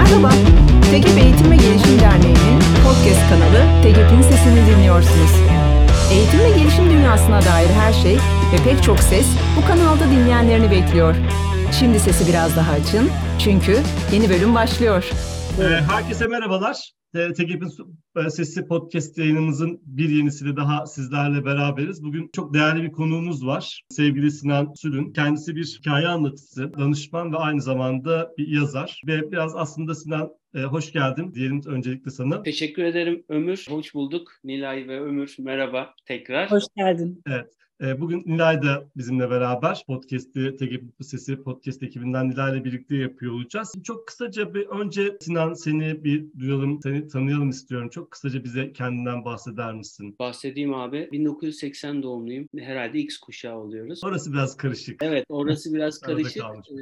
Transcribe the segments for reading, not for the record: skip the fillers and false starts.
Merhaba, TEGEP Eğitim ve Gelişim Derneği'nin podcast kanalı TEGEP'in sesini dinliyorsunuz. Eğitim ve gelişim dünyasına dair her şey ve pek çok ses bu kanalda dinleyenlerini bekliyor. Şimdi sesi biraz daha açın çünkü yeni bölüm başlıyor. Herkese merhabalar. TEGEP'in Sesi podcast yayınımızın bir yenisiyle daha sizlerle beraberiz. Bugün çok değerli bir konuğumuz var. Sevgili Sinan Sülün. Kendisi bir hikaye anlatıcısı, danışman ve aynı zamanda bir yazar. Ve biraz aslında Sinan hoş geldin diyelim öncelikle sana. Teşekkür ederim Ömür. Hoş bulduk. Nilay ve Ömür merhaba tekrar. Hoş geldin. Evet. Bugün Nilay da bizimle beraber podcast'i TEGEP Sesi podcast ekibinden Nilay'la birlikte yapıyor olacağız. Çok kısaca bir önce Sinan seni bir duyalım, seni tanıyalım istiyorum. Çok kısaca bize kendinden bahseder misin? Bahsedeyim abi. 1980 doğumluyum. Herhalde X kuşağı oluyoruz. Orası biraz karışık. Evet, orası biraz karışık.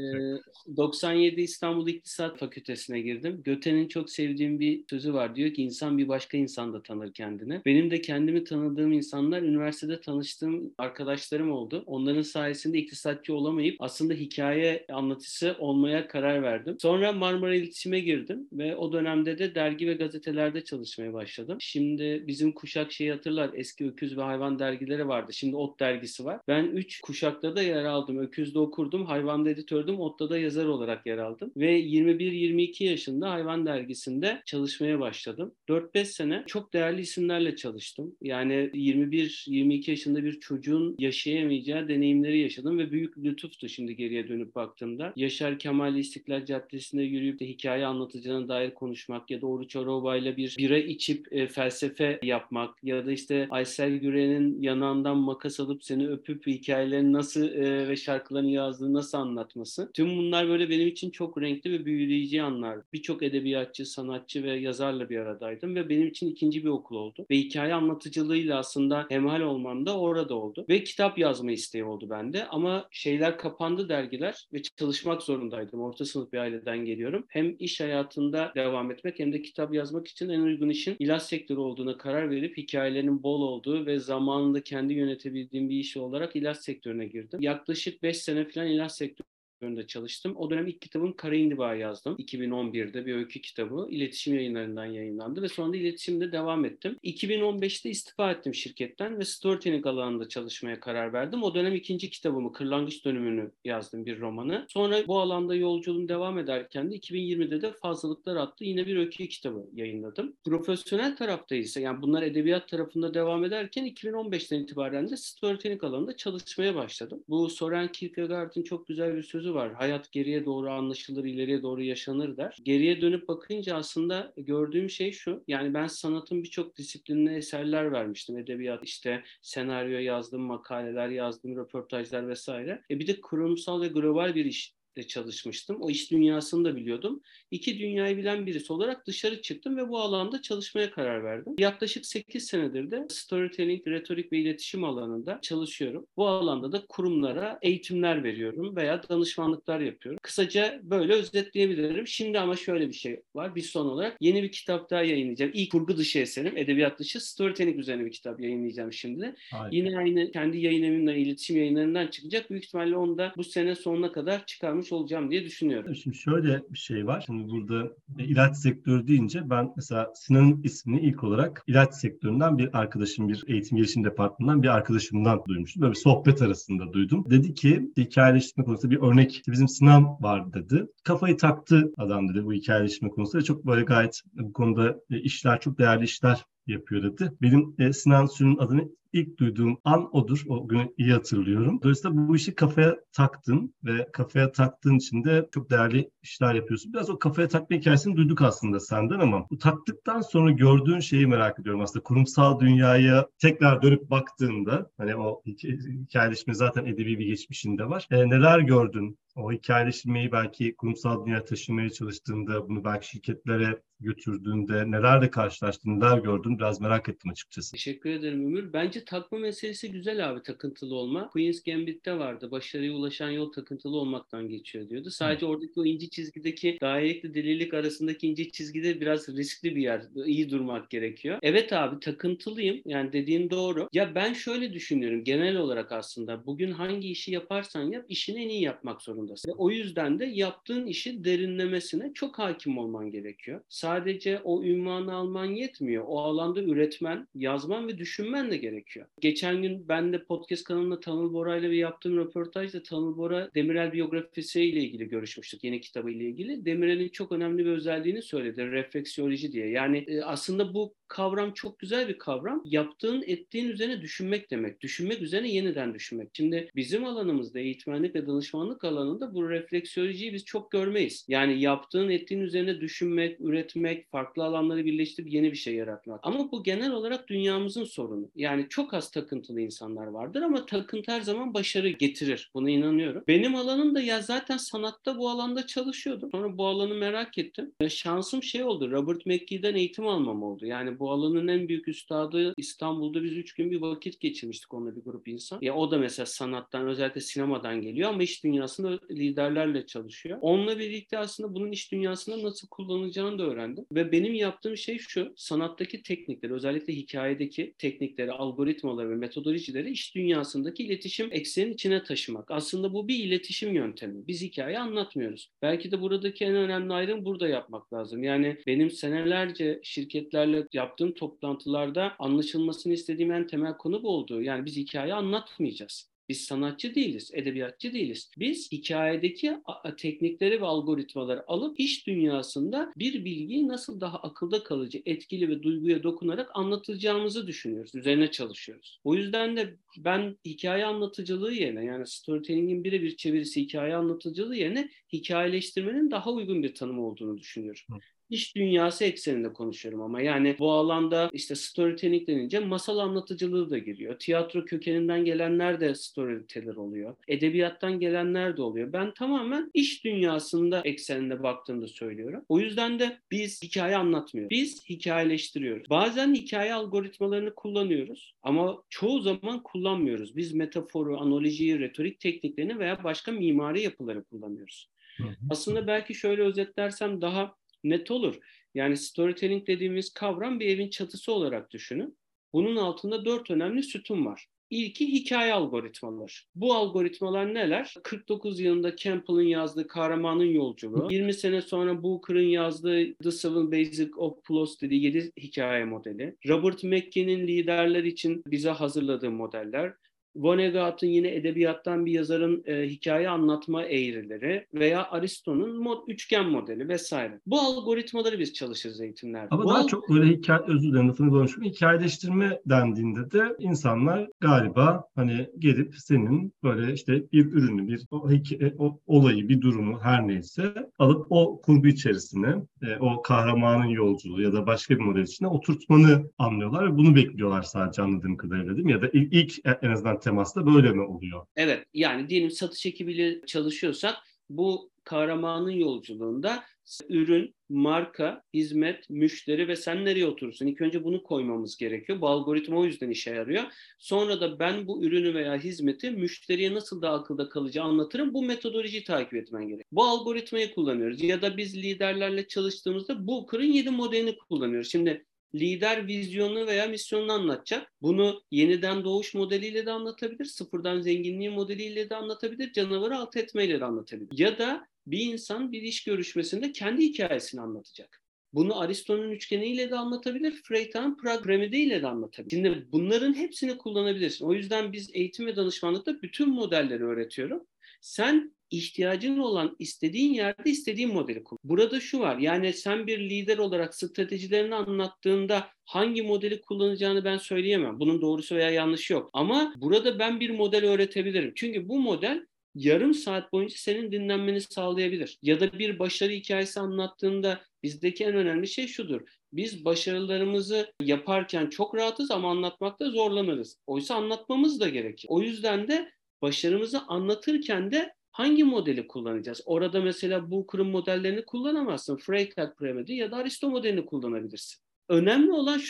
97 İstanbul İktisat Fakültesine girdim. Göte'nin çok sevdiğim bir sözü var. Diyor ki insan bir başka insan da tanır kendini. Benim de kendimi tanıdığım insanlar üniversitede tanıştığım arkadaşlarım oldu. Onların sayesinde iktisatçı olamayıp aslında hikaye anlatıcısı olmaya karar verdim. Sonra Marmara İletişim'e girdim ve o dönemde de dergi ve gazetelerde çalışmaya başladım. Şimdi bizim kuşak şeyi hatırlar. Eski Öküz ve Hayvan dergileri vardı. Şimdi Ot dergisi var. Ben 3 kuşakta da yer aldım. Öküz'de okurdum, Hayvan'da editördüm, Ot'ta da yazar olarak yer aldım. Ve 21-22 yaşında Hayvan dergisinde çalışmaya başladım. 4-5 sene çok değerli isimlerle çalıştım. Yani 21-22 yaşında bir çocuğun yaşayamayacağı deneyimleri yaşadım ve büyük lütuftu şimdi geriye dönüp baktığımda. Yaşar Kemal İstiklal Caddesi'nde yürüyüp de hikaye anlatıcına dair konuşmak ya da Oruç Aroba'yla bir bira içip felsefe yapmak ya da işte Aysel Güren'in yanağından makas alıp seni öpüp hikayelerini nasıl ve şarkılarını yazdığını nasıl anlatması. Tüm bunlar böyle benim için çok renkli ve büyüleyici anlar. Birçok edebiyatçı, sanatçı ve yazarla bir aradaydım ve benim için ikinci bir okul oldu. Ve hikaye anlatıcılığıyla aslında hemhal olmam da orada oldu. Ve kitap yazma isteği oldu bende ama şeyler kapandı, dergiler, ve çalışmak zorundaydım. Orta sınıf bir aileden geliyorum. Hem iş hayatında devam etmek hem de kitap yazmak için en uygun işin ilaç sektörü olduğuna karar verip hikayelerinin bol olduğu ve zamanında kendi yönetebildiğim bir iş olarak ilaç sektörüne girdim. Yaklaşık 5 sene falan ilaç sektöründe çalıştım. O dönem ilk kitabım Kara İndiba yazdım. 2011'de bir öykü kitabı. İletişim Yayınlarından yayınlandı ve sonra da iletişimde devam ettim. 2015'te istifa ettim şirketten ve storytelling alanında çalışmaya karar verdim. O dönem ikinci kitabımı, Kırlangıç Dönümünü yazdım, bir romanı. Sonra bu alanda yolculuğum devam ederken de 2020'de de Fazlalıklar adlı yine bir öykü kitabı yayınladım. Profesyonel tarafta ise, yani bunlar edebiyat tarafında devam ederken 2015'ten itibaren de storytelling alanında çalışmaya başladım. Bu Soren Kierkegaard'ın çok güzel bir sözü var. Hayat geriye doğru anlaşılır, ileriye doğru yaşanır der. Geriye dönüp bakınca aslında gördüğüm şey şu. Yani ben sanatın birçok disiplinine eserler vermiştim. Edebiyat, işte senaryo yazdım, makaleler yazdım, röportajlar vesaire. Bir de kurumsal ve global bir iş çalışmıştım. O iş dünyasını da biliyordum. İki dünyayı bilen birisi olarak dışarı çıktım ve bu alanda çalışmaya karar verdim. Yaklaşık 8 senedir de storytelling, retorik ve iletişim alanında çalışıyorum. Bu alanda da kurumlara eğitimler veriyorum veya danışmanlıklar yapıyorum. Kısaca böyle özetleyebilirim. Şimdi ama şöyle bir şey var. Bir son olarak yeni bir kitap daha yayınlayacağım. İlk kurgu dışı eserim, edebiyat dışı storytelling üzerine bir kitap yayınlayacağım şimdi. Harika. Yine aynı kendi yayın evimle iletişim yayınlarından çıkacak. Büyük ihtimalle onu da bu sene sonuna kadar çıkarmış olacağım diye düşünüyorum. Şimdi şöyle bir şey var. Şimdi burada ilaç sektörü deyince ben mesela Sinan'ın ismini ilk olarak ilaç sektöründen bir arkadaşım, bir eğitim gelişim departmanından bir arkadaşımdan duymuştum. Böyle bir sohbet arasında duydum. Dedi ki hikayeleştirme konusunda bir örnek, işte bizim Sinan var dedi. Kafayı taktı adam dedi bu hikayeleştirme konusunda. Çok böyle gayet bu konuda işler, çok değerli işler yapıyor dedi. Benim Sinan Sülün'ün adını ilk duyduğum an odur. O günü iyi hatırlıyorum. Dolayısıyla bu işi kafaya taktın ve kafaya taktığın için de çok değerli işler yapıyorsun. Biraz o kafaya takma hikayesini duyduk aslında senden ama bu taktıktan sonra gördüğün şeyi merak ediyorum aslında. Kurumsal dünyaya tekrar dönüp baktığında, hani o hikayeleşme zaten edebi bir geçmişinde var. Neler gördün? O hikayeleşmeyi belki kurumsal dünyaya taşımaya çalıştığında, bunu belki şirketlere götürdüğünde nelerle karşılaştın, neler gördün? Biraz merak ettim açıkçası. Teşekkür ederim Ömür. Bence bence takma meselesi güzel abi, takıntılı olma. Queen's Gambit'te vardı. Başarıya ulaşan yol takıntılı olmaktan geçiyor diyordu. Sadece oradaki o ince çizgideki dahilikle delilik arasındaki ince çizgide biraz riskli bir yer. İyi durmak gerekiyor. Evet abi, takıntılıyım. Yani dediğin doğru. Ya ben şöyle düşünüyorum genel olarak aslında. Bugün hangi işi yaparsan yap, işini en iyi yapmak zorundasın. Ve o yüzden de yaptığın işi derinlemesine çok hakim olman gerekiyor. Sadece o ünvanı alman yetmiyor. O alanda üretmen, yazman ve düşünmen de gerekiyor. Geçen gün ben de podcast kanalında Tanıl Bora ile yaptığım röportajda Tanıl Bora Demirel biyografisiyle ilgili görüşmüştük. Yeni kitabı ile ilgili. Demirel'in çok önemli bir özelliğini söyledi. Refleksiyoloji diye. Yani aslında bu kavram çok güzel bir kavram. Yaptığın, ettiğin üzerine düşünmek demek. Düşünmek üzerine yeniden düşünmek. Şimdi bizim alanımızda, eğitmenlik ve danışmanlık alanında bu refleksiyolojiyi biz çok görmeyiz. Yani yaptığın, ettiğin üzerine düşünmek, üretmek, farklı alanları birleştirip yeni bir şey yaratmak. Ama bu genel olarak dünyamızın sorunu. Yani çok az takıntılı insanlar vardır ama takıntı her zaman başarı getirir. Buna inanıyorum. Benim alanım da ya zaten sanatta bu alanda çalışıyordum. Sonra bu alanı merak ettim. Şansım şey oldu. Robert McKee'den eğitim almam oldu. Yani bu alanın en büyük üstadı İstanbul'da biz 3 gün bir vakit geçirmiştik onunla, bir grup insan. Ya o da mesela sanattan, özellikle sinemadan geliyor ama iş dünyasında liderlerle çalışıyor. Onunla birlikte aslında bunun iş dünyasında nasıl kullanılacağını da öğrendim. Ve benim yaptığım şey şu: sanattaki teknikleri, özellikle hikayedeki teknikleri, algoritmaları ve metodolojileri iş dünyasındaki iletişim ekseninin içine taşımak. Aslında bu bir iletişim yöntemi. Biz hikaye anlatmıyoruz. Belki de buradaki en önemli ayrım burada yapmak lazım. Yani benim senelerce şirketlerle yaptığım toplantılarda anlaşılmasını istediğim en temel konu bu oldu. Yani biz hikaye anlatmayacağız. Biz sanatçı değiliz, edebiyatçı değiliz. Biz hikayedeki teknikleri ve algoritmaları alıp iş dünyasında bir bilgiyi nasıl daha akılda kalıcı, etkili ve duyguya dokunarak anlatacağımızı düşünüyoruz. Üzerine çalışıyoruz. O yüzden de ben hikaye anlatıcılığı yerine, yani storytelling'in birebir çevirisi hikaye anlatıcılığı yerine hikayeleştirmenin daha uygun bir tanım olduğunu düşünüyorum. İş dünyası ekseninde konuşuyorum ama yani bu alanda işte storytelling denince masal anlatıcılığı da giriyor. Tiyatro kökeninden gelenler de storyteller oluyor. Edebiyattan gelenler de oluyor. Ben tamamen iş dünyasında ekseninde baktığımda söylüyorum. O yüzden de biz hikaye anlatmıyoruz. Biz hikayeleştiriyoruz. Bazen hikaye algoritmalarını kullanıyoruz ama çoğu zaman kullanmıyoruz. Biz metaforu, analojiyi, retorik tekniklerini veya başka mimari yapıları kullanıyoruz. Aslında belki şöyle özetlersem daha net olur. Yani storytelling dediğimiz kavram bir evin çatısı olarak düşünün. Bunun altında 4 önemli sütun var. İlki hikaye algoritmaları. Bu algoritmalar neler? 49 yılında Campbell'ın yazdığı Kahramanın Yolculuğu, 20 sene sonra Booker'ın yazdığı The Seven Basics of Plots dediği 7 hikaye modeli, Robert McKee'nin liderler için bize hazırladığı modeller, Vonnegut'un yine edebiyattan bir yazarın hikaye anlatma eğrileri veya Aristo'nun üçgen modeli vesaire. Bu algoritmaları biz çalışırız eğitimlerde. Ama daha çok böyle hikaye, özür dilerim lafını konuştum. Hikayeleştirme dendiğinde de insanlar galiba hani gelip senin böyle işte bir ürünü, o olayı, bir durumu her neyse alıp o kurgu içerisine, o kahramanın yolculuğu ya da başka bir model içine oturtmanı anlıyorlar ve bunu bekliyorlar sadece, anladığım kadarıyla, değil mi? Ya da ilk en azından temasta böyle mi oluyor? Evet, yani diyelim satış ekibiyle çalışıyorsak bu kahramanın yolculuğunda ürün, marka, hizmet, müşteri ve sen nereye oturursun? İlk önce bunu koymamız gerekiyor. Bu algoritma o yüzden işe yarıyor. Sonra da ben bu ürünü veya hizmeti müşteriye nasıl daha akılda kalıcı anlatırım? Bu metodolojiyi takip etmen gerekiyor. Bu algoritmayı kullanıyoruz. Ya da biz liderlerle çalıştığımızda Booker'ın 7 modelini kullanıyoruz. Şimdi lider vizyonunu veya misyonunu anlatacak. Bunu yeniden doğuş modeliyle de anlatabilir, sıfırdan zenginliği modeliyle de anlatabilir, canavarı alt etmeyle de anlatabilir. Ya da bir insan bir iş görüşmesinde kendi hikayesini anlatacak. Bunu Aristo'nun üçgeniyle de anlatabilir, Freytag'ın Prag piramidiyle de anlatabilir. Şimdi bunların hepsini kullanabilirsin. O yüzden biz eğitim ve danışmanlıkta bütün modelleri öğretiyorum. Sen ihtiyacın olan istediğin yerde istediğin modeli kullan. Burada şu var, yani sen bir lider olarak stratejilerini anlattığında hangi modeli kullanacağını ben söyleyemem. Bunun doğrusu veya yanlışı yok. Ama burada ben bir model öğretebilirim. Çünkü bu model yarım saat boyunca senin dinlenmeni sağlayabilir. Ya da bir başarı hikayesi anlattığında bizdeki en önemli şey şudur: biz başarılarımızı yaparken çok rahatız ama anlatmakta zorlanırız. Oysa anlatmamız da gerekir. O yüzden de başarımızı anlatırken de hangi modeli kullanacağız? Orada mesela Booker'ın modellerini kullanamazsın. Freytag piramidi ya da Aristo modelini kullanabilirsin. Önemli olan şu: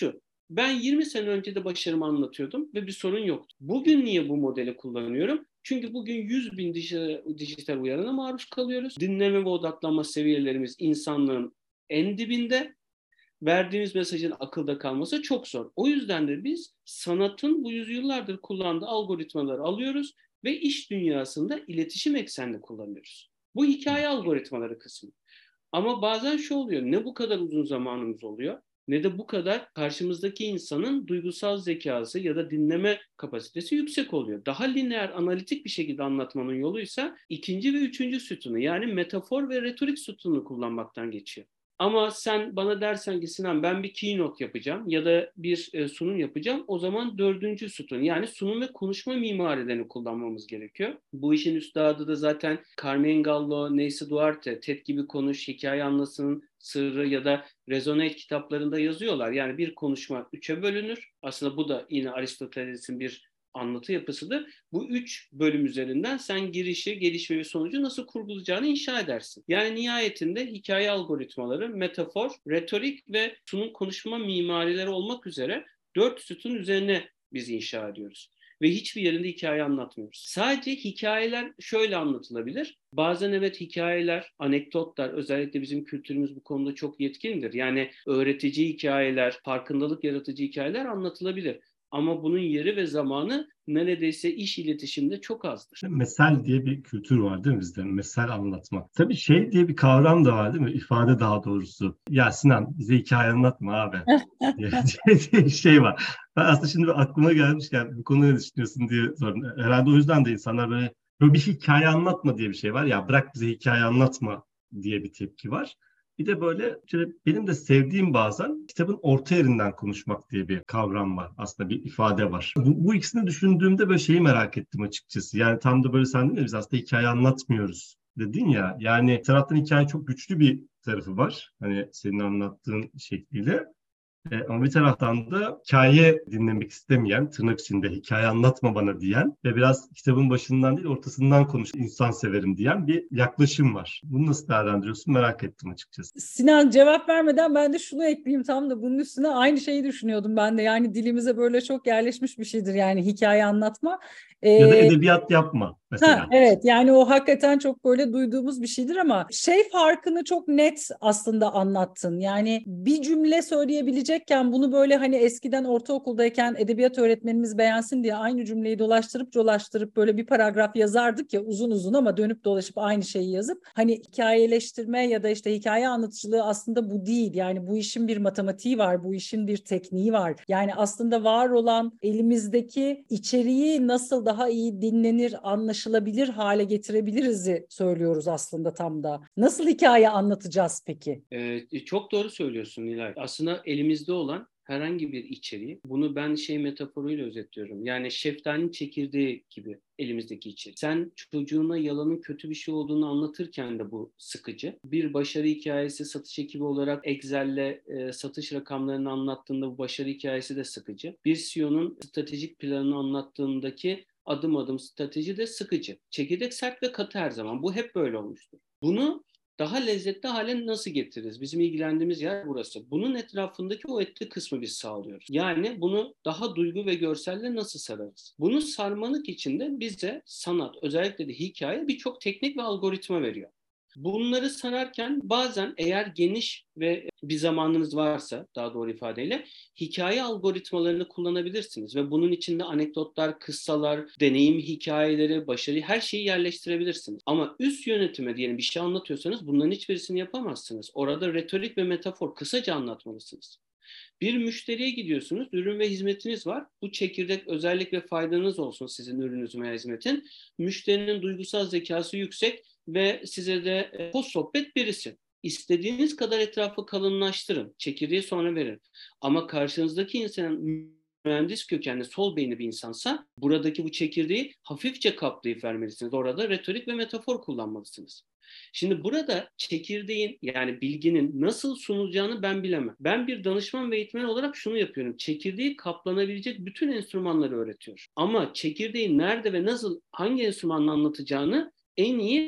Ben 20 sene önce de başarımı anlatıyordum ve bir sorun yoktu. Bugün niye bu modeli kullanıyorum? Çünkü bugün 100 bin dijital uyarana maruz kalıyoruz. Dinleme ve odaklanma seviyelerimiz insanlığın en dibinde. Verdiğimiz mesajın akılda kalması çok zor. O yüzden de biz sanatın bu yüzyıllardır kullandığı algoritmaları alıyoruz ve iş dünyasında iletişim eksenli kullanıyoruz. Bu hikaye algoritmaları kısmı. Ama bazen şu oluyor, ne bu kadar uzun zamanımız oluyor, ne de bu kadar karşımızdaki insanın duygusal zekası ya da dinleme kapasitesi yüksek oluyor. Daha lineer, analitik bir şekilde anlatmanın yoluysa ikinci ve üçüncü sütunu, yani metafor ve retorik sütununu kullanmaktan geçiyor. Ama sen bana dersen ki Sinan, ben bir keynote yapacağım ya da bir sunum yapacağım. O zaman dördüncü sütun, yani sunum ve konuşma mimarilerini kullanmamız gerekiyor. Bu işin üstadı da zaten Carmen Gallo, Nancy Duarte, TED gibi konuş, hikaye anlasının sırrı ya da Resonate kitaplarında yazıyorlar. Yani bir konuşma üçe bölünür. Aslında bu da yine Aristoteles'in bir anlatı yapısıdır. Bu 3 bölüm üzerinden sen girişi, gelişme ve sonucu nasıl kurgulayacağını inşa edersin. Yani nihayetinde hikaye algoritmaları, metafor, retorik ve sunum konuşma mimarileri olmak üzere 4 sütun üzerine biz inşa ediyoruz. Ve hiçbir yerinde hikaye anlatmıyoruz. Sadece hikayeler şöyle anlatılabilir. Bazen evet, hikayeler, anekdotlar, özellikle bizim kültürümüz bu konuda çok yetkindir. Yani öğretici hikayeler, farkındalık yaratıcı hikayeler anlatılabilir. Ama bunun yeri ve zamanı neredeyse iş iletişimde çok azdır. Mesel diye bir kültür var değil mi bizde? Mesel anlatmak. Tabii şey diye bir kavram da var değil mi? İfade daha doğrusu. Ya Sinan, bize hikaye anlatma abi diye bir şey var. Ben aslında şimdi aklıma gelmişken bu konuda ne düşünüyorsun diye sordum. Herhalde o yüzden de insanlar böyle bir hikaye anlatma diye bir şey var. Ya bırak bize hikaye anlatma diye bir tepki var. Bir de böyle işte benim de sevdiğim bazen kitabın orta yerinden konuşmak diye bir kavram var. Aslında bir ifade var. Bu ikisini düşündüğümde böyle şeyi merak ettim açıkçası. Yani tam da böyle sen dedin ya, biz aslında hikaye anlatmıyoruz dedin ya. Yani bir taraftan hikaye çok güçlü bir tarafı var. Hani senin anlattığın şekliyle. Ama bir taraftan da hikaye dinlemek istemeyen, tırnak içinde hikaye anlatma bana diyen ve biraz kitabın başından değil ortasından konuş, insan severim diyen bir yaklaşım var. Bunu nasıl değerlendiriyorsun merak ettim açıkçası. Sinan, cevap vermeden ben de şunu ekleyeyim, tam da bunun üstüne aynı şeyi düşünüyordum ben de. Yani dilimize böyle çok yerleşmiş bir şeydir yani hikaye anlatma. Ya da edebiyat yapma mesela. Evet, yani o hakikaten çok böyle duyduğumuz bir şeydir ama şey farkını çok net aslında anlattın. Yani bir cümle söyleyebilecekken bunu böyle hani eskiden ortaokuldayken edebiyat öğretmenimiz beğensin diye aynı cümleyi dolaştırıp böyle bir paragraf yazardık ya, uzun uzun ama dönüp dolaşıp aynı şeyi yazıp, hani hikayeleştirme ya da işte hikaye anlatıcılığı aslında bu değil. Yani bu işin bir matematiği var, bu işin bir tekniği var. Yani aslında var olan elimizdeki içeriği nasıl daha iyi dinlenir, anlaşılabilir hale getirebiliriz'i söylüyoruz aslında tam da. Nasıl hikaye anlatacağız peki? Çok doğru söylüyorsun Nilay. Aslında elimizde olan herhangi bir içeriği, bunu ben metaforuyla özetliyorum. Yani şeftalinin çekirdeği gibi elimizdeki içerik. Sen çocuğuna yalanın kötü bir şey olduğunu anlatırken de bu sıkıcı. Bir başarı hikayesi satış ekibi olarak Excel'le satış rakamlarını anlattığında bu başarı hikayesi de sıkıcı. Bir CEO'nun stratejik planını anlattığındaki adım adım strateji de sıkıcı. Çekirdek sert ve katı her zaman. Bu hep böyle olmuştur. Bunu daha lezzetli hale nasıl getiririz? Bizim ilgilendiğimiz yer burası. Bunun etrafındaki o etli kısmı biz sağlıyoruz. Yani bunu daha duygu ve görselle nasıl sararız? Bunu sarmanık için de bize sanat, özellikle de hikaye birçok teknik ve algoritma veriyor. Bunları sararken bazen eğer geniş ve bir zamanınız varsa, daha doğru ifadeyle, hikaye algoritmalarını kullanabilirsiniz ve bunun içinde anekdotlar, kıssalar, deneyim hikayeleri, başarı, her şeyi yerleştirebilirsiniz. Ama üst yönetime diyelim bir şey anlatıyorsanız bunların hiçbirisini yapamazsınız. Orada retorik ve metafor kısaca anlatmalısınız. Bir müşteriye gidiyorsunuz, ürün ve hizmetiniz var. Bu çekirdek özellik ve faydanız olsun sizin ürününüz veya hizmetin. Müşterinin duygusal zekası yüksek ve size de hoş sohbet birisi. İstediğiniz kadar etrafı kalınlaştırın. Çekirdeği sonra verin. Ama karşınızdaki insanın mühendis kökenli sol beyni bir insansa buradaki bu çekirdeği hafifçe kaplayıp vermelisiniz. Orada retorik ve metafor kullanmalısınız. Şimdi burada çekirdeğin, yani bilginin nasıl sunulacağını ben bilemem. Ben bir danışman ve eğitmen olarak şunu yapıyorum. Çekirdeği kaplanabilecek bütün enstrümanları öğretiyorum. Ama çekirdeği nerede ve nasıl, hangi enstrümanla anlatacağını en iyi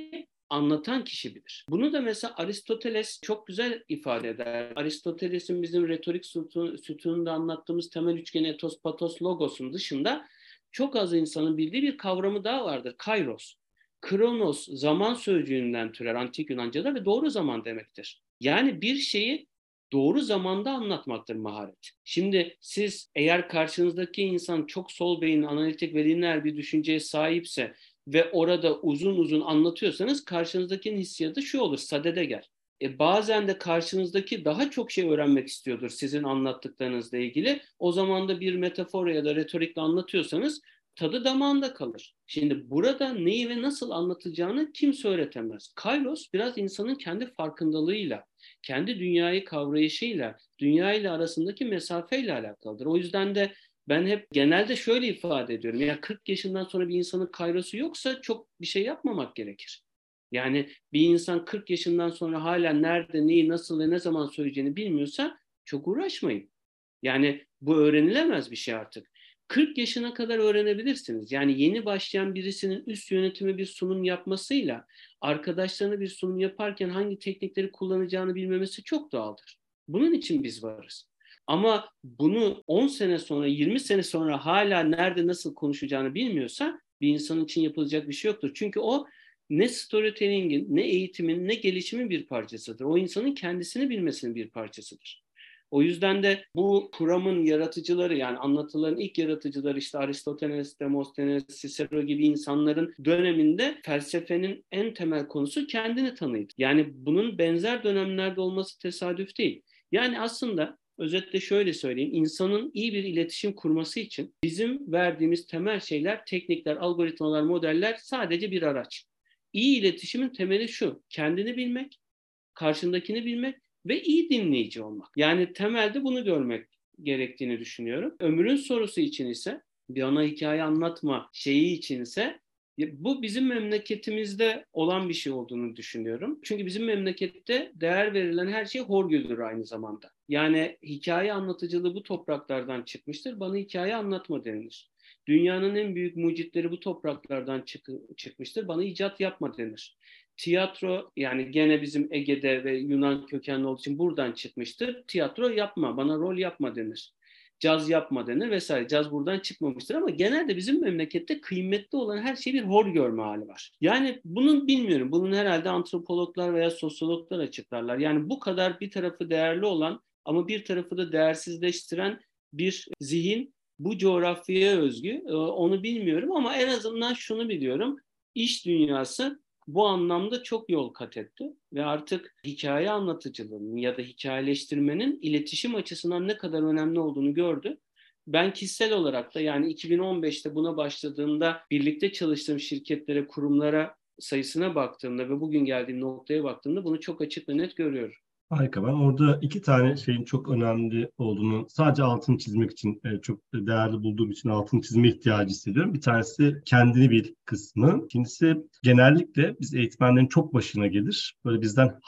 anlatan kişi bilir. Bunu da mesela Aristoteles çok güzel ifade eder. Aristoteles'in bizim retorik sütununda anlattığımız temel üçgeni etos, patos, logos'un dışında çok az insanın bildiği bir kavramı daha vardır. Kairos. Kronos, zaman sözcüğünden türer antik Yunanca'da ve doğru zaman demektir. Yani bir şeyi doğru zamanda anlatmaktır maharet. Şimdi siz eğer karşınızdaki insan çok sol beyin, analitik ve lineer bir düşünceye sahipse ve orada uzun uzun anlatıyorsanız karşınızdakinin hissiyatı şu olur, sadede gel. Bazen de karşınızdaki daha çok şey öğrenmek istiyordur sizin anlattıklarınızla ilgili. O zaman da bir metafor ya da retorikle anlatıyorsanız tadı damağında kalır. Şimdi burada neyi ve nasıl anlatacağını kimse öğretemez. Kairos biraz insanın kendi farkındalığıyla, kendi dünyayı kavrayışıyla, dünya ile arasındaki mesafeyle alakalıdır. O yüzden de ben hep genelde şöyle ifade ediyorum. Ya 40 yaşından sonra bir insanın kairosu yoksa çok bir şey yapmamak gerekir. Yani bir insan 40 yaşından sonra hala nerede, neyi, nasıl ve ne zaman söyleyeceğini bilmiyorsa çok uğraşmayın. Yani bu öğrenilemez bir şey artık. 40 yaşına kadar öğrenebilirsiniz. Yani yeni başlayan birisinin üst yönetimi bir sunum yapmasıyla arkadaşlarına bir sunum yaparken hangi teknikleri kullanacağını bilmemesi çok doğaldır. Bunun için biz varız. Ama bunu 10 sene sonra, 20 sene sonra hala nerede nasıl konuşacağını bilmiyorsa bir insan için yapılacak bir şey yoktur. Çünkü o ne storytelling'in, ne eğitimin, ne gelişimin bir parçasıdır. O insanın kendisini bilmesinin bir parçasıdır. O yüzden de bu kuramın yaratıcıları, yani anlatıların ilk yaratıcıları işte Aristoteles, Demosthenes, Cicero gibi insanların döneminde felsefenin en temel konusu kendini tanıydı. Yani bunun benzer dönemlerde olması tesadüf değil. Yani aslında özetle şöyle söyleyeyim, insanın iyi bir iletişim kurması için bizim verdiğimiz temel şeyler, teknikler, algoritmalar, modeller sadece bir araç. İyi iletişimin temeli şu: kendini bilmek, karşındakini bilmek ve iyi dinleyici olmak. Yani temelde bunu görmek gerektiğini düşünüyorum. Ömrün sorusu için ise, bir ana hikaye anlatma şeyi için ise bu bizim memleketimizde olan bir şey olduğunu düşünüyorum. Çünkü bizim memlekette değer verilen her şey horgüldür aynı zamanda. Yani hikaye anlatıcılığı bu topraklardan çıkmıştır. Bana hikaye anlatma denilir. Dünyanın en büyük mucitleri bu topraklardan çıkmıştır. Bana icat yapma denir. Tiyatro, yani gene bizim Ege'de ve Yunan kökenli olduğu için buradan çıkmıştır. Tiyatro yapma, bana rol yapma denir. Caz yapma denir vesaire. Caz buradan çıkmamıştır ama genelde bizim memlekette kıymetli olan her şeyi bir hor görme hali var. Yani bunun bilmiyorum. Bunun herhalde antropologlar veya sosyologlar açıklarlar. Yani bu kadar bir tarafı değerli olan ama bir tarafı da değersizleştiren bir zihin bu coğrafyaya özgü. Onu bilmiyorum ama en azından şunu biliyorum. İş dünyası bu anlamda çok yol kat etti ve artık hikaye anlatıcılığının ya da hikayeleştirmenin iletişim açısından ne kadar önemli olduğunu gördü. Ben kişisel olarak da, yani 2015'te buna başladığımda birlikte çalıştığım şirketlere, kurumlara sayısına baktığımda ve bugün geldiğim noktaya baktığımda bunu çok açık ve net görüyorum. Harika. Ben orada iki tane şeyin çok önemli olduğunu sadece altını çizmek için çok değerli bulduğum için altını çizme ihtiyacı hissediyorum. Bir tanesi kendini bil kısmı. İkincisi genellikle biz eğitmenlerin çok başına gelir. Böyle bizden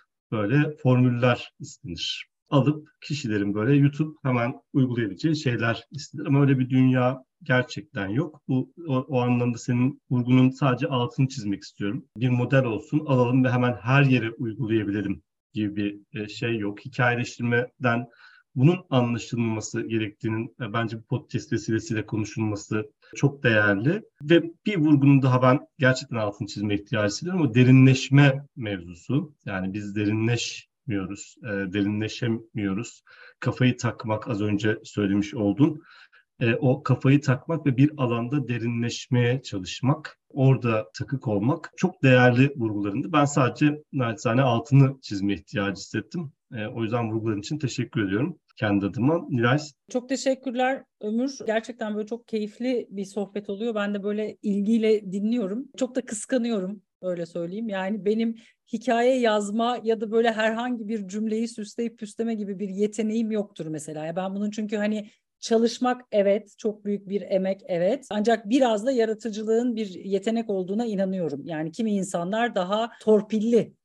böyle formüller istenir. Alıp kişilerin böyle YouTube hemen uygulayabileceği şeyler istenir. Ama öyle bir dünya gerçekten yok. O anlamda senin vurgunun sadece altını çizmek istiyorum. Bir model olsun, alalım ve hemen her yere uygulayabilelim gibi bir şey yok. Hikayeleştirmeden bunun anlaşılması gerektiğinin bence bu podcast vesilesiyle konuşulması çok değerli. Ve bir vurgunun daha ben gerçekten altını çizme ihtiyacı hissediyorum. O derinleşme mevzusu. Yani biz derinleşmiyoruz, derinleşemiyoruz. Kafayı takmak, az önce söylemiş oldun. O kafayı takmak ve bir alanda derinleşmeye çalışmak, orada takık olmak çok değerli vurgularındı. Ben sadece naçizane altını çizme ihtiyacı hissettim. O yüzden vurguların için teşekkür ediyorum kendi adıma. Nilay? Çok teşekkürler Ömür. Gerçekten böyle çok keyifli bir sohbet oluyor. Ben de böyle ilgiyle dinliyorum. Çok da kıskanıyorum, öyle söyleyeyim. Yani benim hikaye yazma ya da böyle herhangi bir cümleyi süsleyip püsleme gibi bir yeteneğim yoktur mesela. Ben bunun çünkü hani çalışmak evet, çok büyük bir emek evet. Ancak biraz da yaratıcılığın bir yetenek olduğuna inanıyorum. Yani kimi insanlar daha torpilli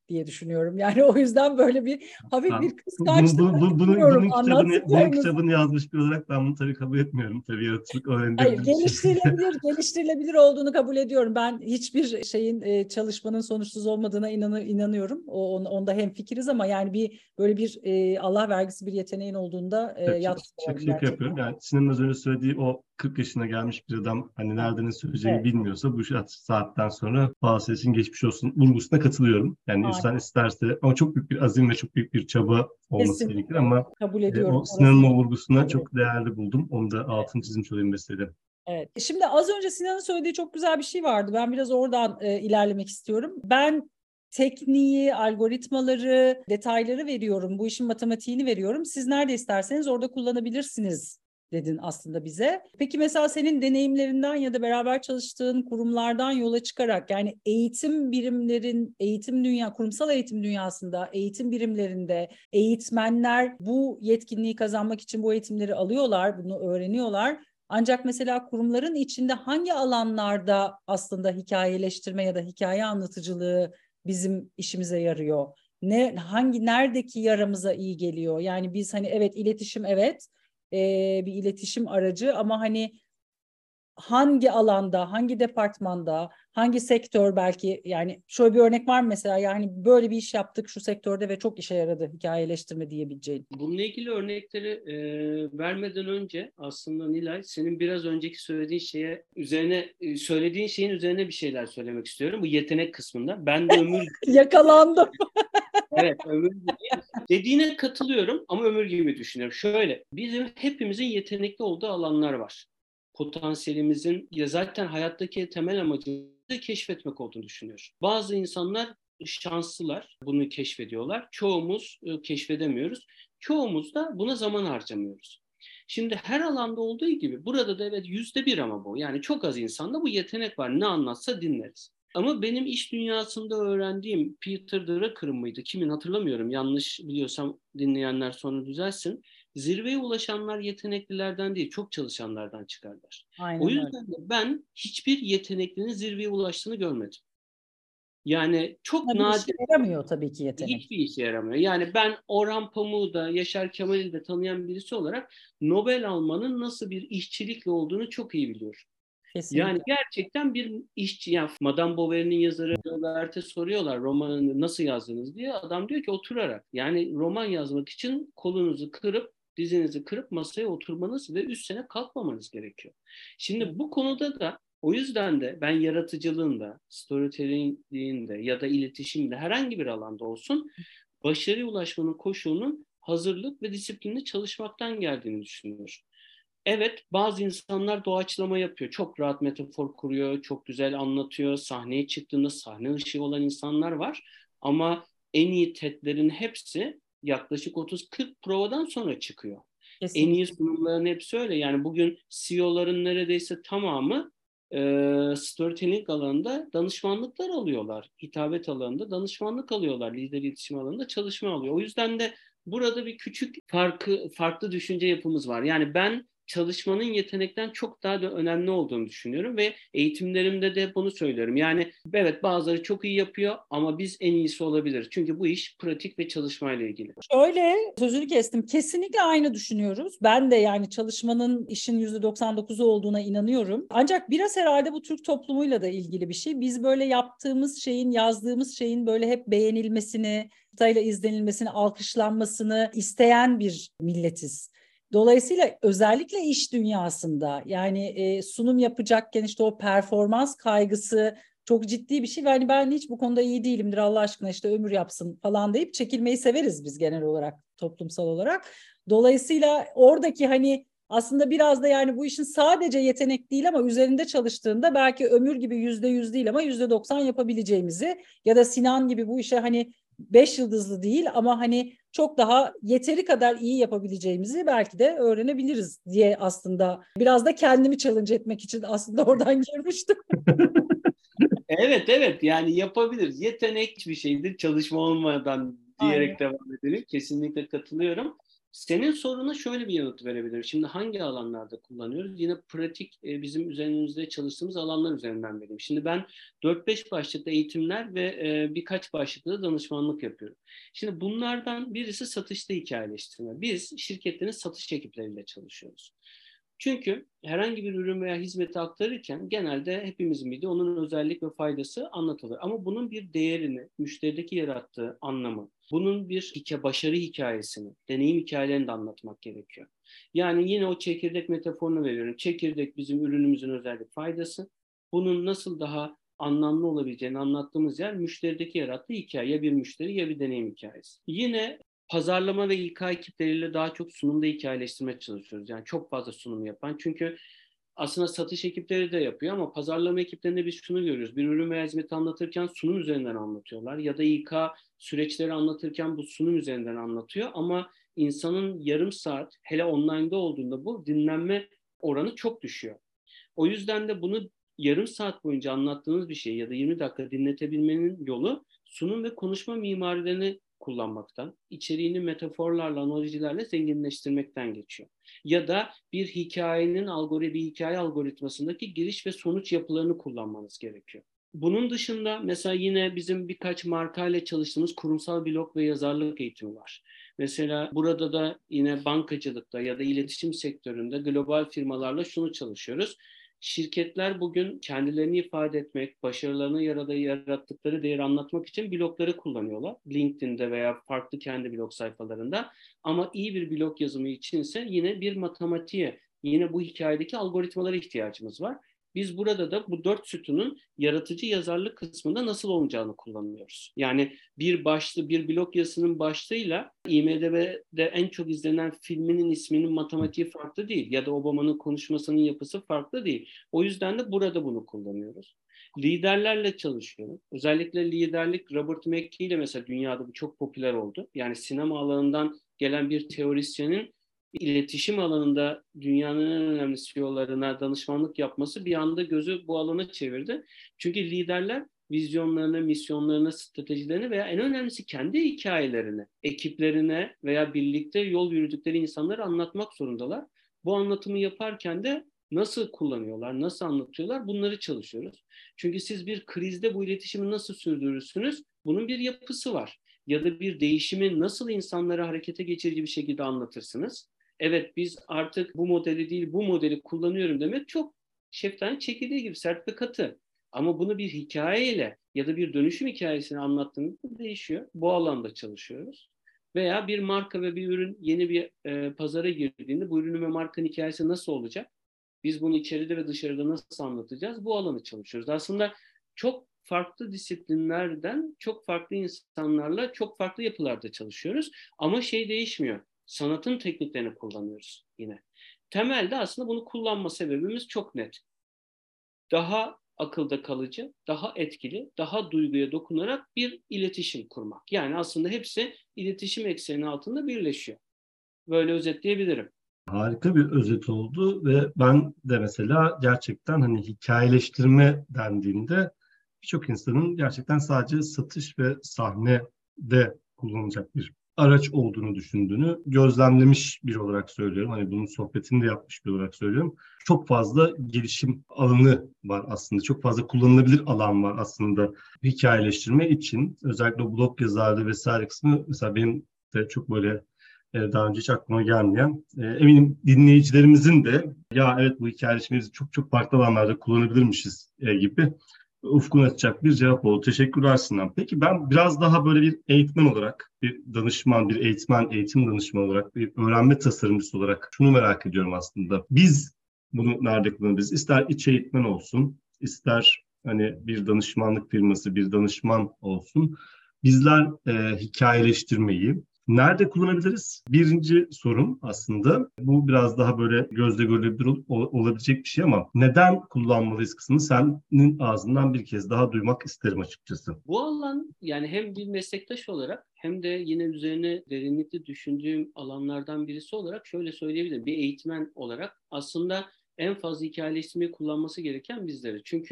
diye düşünüyorum. Yani o yüzden böyle bir hafif bir Ben kıskançlık bilmiyorum, bunun anlattıklarınız. kitabını yazmış biri olarak ben bunu tabii kabul etmiyorum. Tabii yaratıcılık Hayır, öğrenilebilir bir şey. geliştirilebilir olduğunu kabul ediyorum. Ben hiçbir şeyin çalışmanın sonuçsuz olmadığına inanıyorum. Onda hemfikiriz ama yani böyle bir Allah vergisi bir yeteneğin olduğunda Evet, yadsıyamıyorum şaka gerçekten. yapıyorum. Yani Sinan'ın az önce söylediği o 40 yaşına gelmiş bir adam hani nerede ne söyleyeceğini Evet, bilmiyorsa bu saatten sonra bazı için geçmiş olsun vurgusuna katılıyorum. Yani insan aynen. isterse ama çok büyük bir azim ve çok büyük bir çaba olması gerekir Kesinlikle ama kabul o ediyorum. Sinan'ın Orasını o vurgusuna kabul çok değerli buldum. Onu da altını çizmiş olayım mesela. Evet. Şimdi az önce Sinan'ın söylediği çok güzel bir şey vardı. Ben biraz oradan ilerlemek istiyorum. Ben tekniği, algoritmaları, detayları veriyorum. Bu işin matematiğini veriyorum. Siz nerede isterseniz orada kullanabilirsiniz dedin aslında bize. Peki mesela senin deneyimlerinden ya da beraber çalıştığın kurumlardan yola çıkarak yani eğitim birimlerin, kurumsal eğitim dünyasında, eğitim birimlerinde eğitmenler bu yetkinliği kazanmak için bu eğitimleri alıyorlar, bunu öğreniyorlar. Ancak mesela kurumların içinde hangi alanlarda aslında hikayeleştirme ya da hikaye anlatıcılığı bizim işimize yarıyor? Neredeki yaramıza iyi geliyor? Yani biz hani evet iletişim bir iletişim aracı ama hani hangi alanda, hangi departmanda, hangi sektör belki yani şöyle bir örnek var mı mesela yani böyle bir iş yaptık şu sektörde ve çok işe yaradı hikayeleştirme diyebileceğin. Bununla ilgili örnekleri vermeden önce aslında Nilay senin biraz önceki söylediğin şeyin üzerine bir şeyler söylemek istiyorum. Bu yetenek kısmında. Ben de ömür Yakalandım. evet ömür gibi dediğine katılıyorum ama ömür gibi düşünüyorum. Şöyle bizim hepimizin yetenekli olduğu alanlar var. Potansiyelimizin ya zaten hayattaki temel amacımızı keşfetmek olduğunu düşünüyorum. Bazı insanlar şanslılar, bunu keşfediyorlar. Çoğumuz keşfedemiyoruz. Çoğumuz da buna zaman harcamıyoruz. Şimdi her alanda olduğu gibi burada da evet %1 ama bu. Yani çok az insanda bu yetenek var. Ne anlatsa dinleriz. Ama benim iş dünyasında öğrendiğim Peter Drucker'ın mıydı? Kimin hatırlamıyorum. Yanlış biliyorsam dinleyenler sonra düzelsin. Zirveye ulaşanlar yeteneklilerden değil, çok çalışanlardan çıkarlar. O Aynen öyle. yüzden de ben hiçbir yeteneklinin zirveye ulaştığını görmedim. Yani çok Bir işe nadir. yaramıyor tabii ki yetenek. Hiçbir işe yaramıyor. Yani ben Orhan Pamuk'u da Yaşar Kemal'i de tanıyan birisi olarak Nobel almanın nasıl bir işçilikle olduğunu çok iyi biliyorum. Yani Kesinlikle. gerçekten bir işçi, yani Madame Bovary'nin yazarı Robert'e soruyorlar romanını nasıl yazdınız diye. Adam diyor ki oturarak. Yani roman yazmak için kolunuzu kırıp, dizinizi kırıp masaya oturmanız ve üstüne kalkmamanız gerekiyor. Şimdi bu konuda da o yüzden de ben yaratıcılığında, storytelling'inde ya da iletişimde herhangi bir alanda olsun başarıya ulaşmanın koşulunun hazırlık ve disiplinli çalışmaktan geldiğini düşünüyorum. Evet, bazı insanlar doğaçlama yapıyor. Çok rahat metafor kuruyor, çok güzel anlatıyor. Sahneye çıktığında sahne ışığı olan insanlar var. Ama en iyi TED'lerin hepsi yaklaşık 30-40 provadan sonra çıkıyor. En iyi Kesinlikle. sunumların hepsi öyle. Yani bugün CEO'ların neredeyse tamamı storytelling alanında danışmanlıklar alıyorlar. Hitabet alanında danışmanlık alıyorlar. Lider iletişim alanında çalışma alıyor. O yüzden de burada bir küçük farklı düşünce yapımız var. Yani ben çalışmanın yetenekten çok daha da önemli olduğunu düşünüyorum ve eğitimlerimde de bunu söylüyorum. Yani evet bazıları çok iyi yapıyor ama biz en iyisi olabiliriz. Çünkü bu iş pratik ve çalışmayla ilgili. Şöyle sözünü kestim. Kesinlikle aynı düşünüyoruz. Ben de yani çalışmanın işin %99'u olduğuna inanıyorum. Ancak biraz herhalde bu Türk toplumuyla da ilgili bir şey. Biz böyle yaptığımız şeyin, yazdığımız şeyin böyle hep beğenilmesini, sayıyla izlenilmesini, alkışlanmasını isteyen bir milletiz. Dolayısıyla özellikle iş dünyasında yani sunum yapacakken işte o performans kaygısı çok ciddi bir şey ve hani ben hiç bu konuda iyi değilimdir Allah aşkına işte ömür yapsın falan deyip çekilmeyi severiz biz genel olarak toplumsal olarak. Dolayısıyla oradaki hani aslında biraz da yani bu işin sadece yetenek değil ama üzerinde çalıştığında belki ömür gibi %100 değil ama %90 yapabileceğimizi ya da Sinan gibi bu işe hani 5 yıldızlı değil ama hani çok daha yeteri kadar iyi yapabileceğimizi belki de öğrenebiliriz diye aslında biraz da kendimi challenge etmek için aslında oradan girmiştim. Evet yani yapabiliriz. Yetenek bir şeydir çalışma olmadan Aynen. diyerek devam edelim. Kesinlikle katılıyorum. Senin soruna şöyle bir yanıt verebilirim. Şimdi hangi alanlarda kullanıyoruz? Yine pratik bizim üzerimizde çalıştığımız alanlar üzerinden vereyim. Şimdi ben 4-5 başlıklı eğitimler ve birkaç başlıklı da danışmanlık yapıyorum. Şimdi bunlardan birisi satışta hikayeleştirme. Biz şirketlerin satış ekipleriyle çalışıyoruz. Çünkü herhangi bir ürün veya hizmeti aktarırken genelde hepimizin bildiği onun özellik ve faydası anlatılır. Ama bunun bir değerini, müşterideki yarattığı anlamı, bunun bir başarı hikayesini, deneyim hikayelerini de anlatmak gerekiyor. Yani yine o çekirdek metaforunu veriyorum. Çekirdek bizim ürünümüzün özellik faydası. Bunun nasıl daha anlamlı olabileceğini anlattığımız yer müşterideki yarattığı hikaye. Ya bir müşteri ya bir deneyim hikayesi. Yine pazarlama ve İK ekipleriyle daha çok sunumda hikayeleştirmeye çalışıyoruz. Yani çok fazla sunum yapan. Çünkü aslında satış ekipleri de yapıyor ama pazarlama ekiplerinde biz şunu görüyoruz. Bir ürün veya hizmeti anlatırken sunum üzerinden anlatıyorlar. Ya da İK süreçleri anlatırken bu sunum üzerinden anlatıyor. Ama insanın yarım saat, hele online'da olduğunda bu dinlenme oranı çok düşüyor. O yüzden de bunu yarım saat boyunca anlattığınız bir şey ya da 20 dakika dinletebilmenin yolu sunum ve konuşma mimarilerini kullanmaktan, içeriğini metaforlarla, analojilerle zenginleştirmekten geçiyor. Ya da bir hikaye algoritmasındaki giriş ve sonuç yapılarını kullanmanız gerekiyor. Bunun dışında mesela yine bizim birkaç markayla çalıştığımız kurumsal blog ve yazarlık eğitimi var. Mesela burada da yine bankacılıkta ya da iletişim sektöründe global firmalarla şunu çalışıyoruz. Şirketler bugün kendilerini ifade etmek, başarılarını yarattıkları değeri anlatmak için blogları kullanıyorlar. LinkedIn'de veya farklı kendi blog sayfalarında. Ama iyi bir blog yazımı için ise yine bir matematiğe, yine bu hikayedeki algoritmalara ihtiyacımız var. Biz burada da bu 4 sütunun yaratıcı yazarlık kısmında nasıl olacağını kullanıyoruz. Yani bir blog yazısının başlığıyla IMDb'de en çok izlenen filminin isminin matematiği farklı değil ya da Obama'nın konuşmasının yapısı farklı değil. O yüzden de burada bunu kullanıyoruz. Liderlerle çalışıyorum. Özellikle liderlik Robert McKee ile mesela dünyada bu çok popüler oldu. Yani sinema alanından gelen bir teorisyenin iletişim alanında dünyanın en önemli CEO'larına danışmanlık yapması bir anda gözü bu alana çevirdi. Çünkü liderler vizyonlarını, misyonlarını, stratejilerini veya en önemlisi kendi hikayelerini ekiplerine veya birlikte yol yürüdükleri insanlara anlatmak zorundalar. Bu anlatımı yaparken de nasıl kullanıyorlar, nasıl anlatıyorlar bunları çalışıyoruz. Çünkü siz bir krizde bu iletişimi nasıl sürdürürsünüz? Bunun bir yapısı var. Ya da bir değişimi nasıl insanları harekete geçirici bir şekilde anlatırsınız? Evet biz artık bu modeli değil bu modeli kullanıyorum demek çok şeftali çekirdeği gibi sert ve katı. Ama bunu bir hikayeyle ya da bir dönüşüm hikayesini anlattığınızda değişiyor. Bu alanda çalışıyoruz. Veya bir marka ve bir ürün yeni bir pazara girdiğinde bu ürünün ve markanın hikayesi nasıl olacak? Biz bunu içeride ve dışarıda nasıl anlatacağız? Bu alanı çalışıyoruz. Aslında çok farklı disiplinlerden, çok farklı insanlarla, çok farklı yapılarda çalışıyoruz. Ama şey değişmiyor. Sanatın tekniklerini kullanıyoruz yine. Temelde aslında bunu kullanma sebebimiz çok net. Daha akılda kalıcı, daha etkili, daha duyguya dokunarak bir iletişim kurmak. Yani aslında hepsi iletişim ekseni altında birleşiyor. Böyle özetleyebilirim. Harika bir özet oldu ve ben de mesela gerçekten hani hikayeleştirme dendiğinde birçok insanın gerçekten sadece satış ve sahnede kullanılacak bir araç olduğunu düşündüğünü gözlemlemiş biri olarak söylüyorum. Hani bunun sohbetini de yapmış biri olarak söylüyorum. Çok fazla gelişim alanı var aslında. Çok fazla kullanılabilir alan var aslında hikayeleştirme için. Özellikle o blog yazarlığı vesaire kısmı mesela benim de çok böyle daha önce hiç aklıma gelmeyen. Eminim dinleyicilerimizin de ya evet bu hikayeleşmeyi çok çok farklı alanlarda kullanabilirmişiz gibi ufkunu açacak bir cevap oldu. Teşekkürler Sinan. Peki ben biraz daha böyle bir eğitmen olarak, bir danışman, bir eğitim danışmanı olarak, bir öğrenme tasarımcısı olarak şunu merak ediyorum aslında. Biz bunu nerede kullanabiliriz? İster iç eğitmen olsun, ister hani bir danışmanlık firması, bir danışman olsun. Bizler hikayeleştirmeyi nerede kullanabiliriz? Birinci sorum aslında. Bu biraz daha böyle gözle görülebilir olabilecek bir şey ama neden kullanmalıyız kısmını senin ağzından bir kez daha duymak isterim açıkçası. Bu alan yani hem bir meslektaş olarak hem de yine üzerine derinlikli düşündüğüm alanlardan birisi olarak şöyle söyleyebilirim. Bir eğitmen olarak aslında en fazla hikayeleştirmeyi kullanması gereken bizlere. Çünkü